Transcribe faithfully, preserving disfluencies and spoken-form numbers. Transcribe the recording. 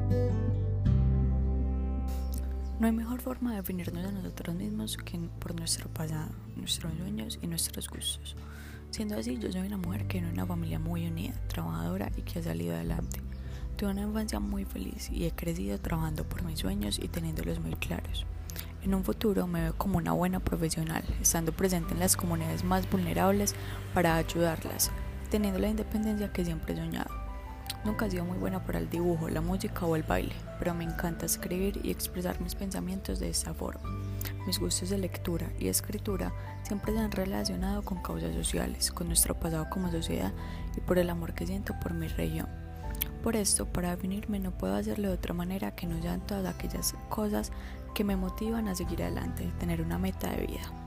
No hay mejor forma de definirnos a nosotros mismos que por nuestro pasado, nuestros sueños y nuestros gustos. Siendo así, yo soy una mujer que viene de una familia muy unida, trabajadora y que ha salido adelante. Tuve una infancia muy feliz y he crecido trabajando por mis sueños y teniéndolos muy claros. En un futuro me veo como una buena profesional, estando presente en las comunidades más vulnerables para ayudarlas, teniendo la independencia que siempre he soñado. Nunca he sido muy buena para el dibujo, la música o el baile, pero me encanta escribir y expresar mis pensamientos de esta forma. Mis gustos de lectura y escritura siempre se han relacionado con causas sociales, con nuestro pasado como sociedad y por el amor que siento por mi región. Por esto, para definirme no puedo hacerlo de otra manera que no sean todas aquellas cosas que me motivan a seguir adelante y tener una meta de vida.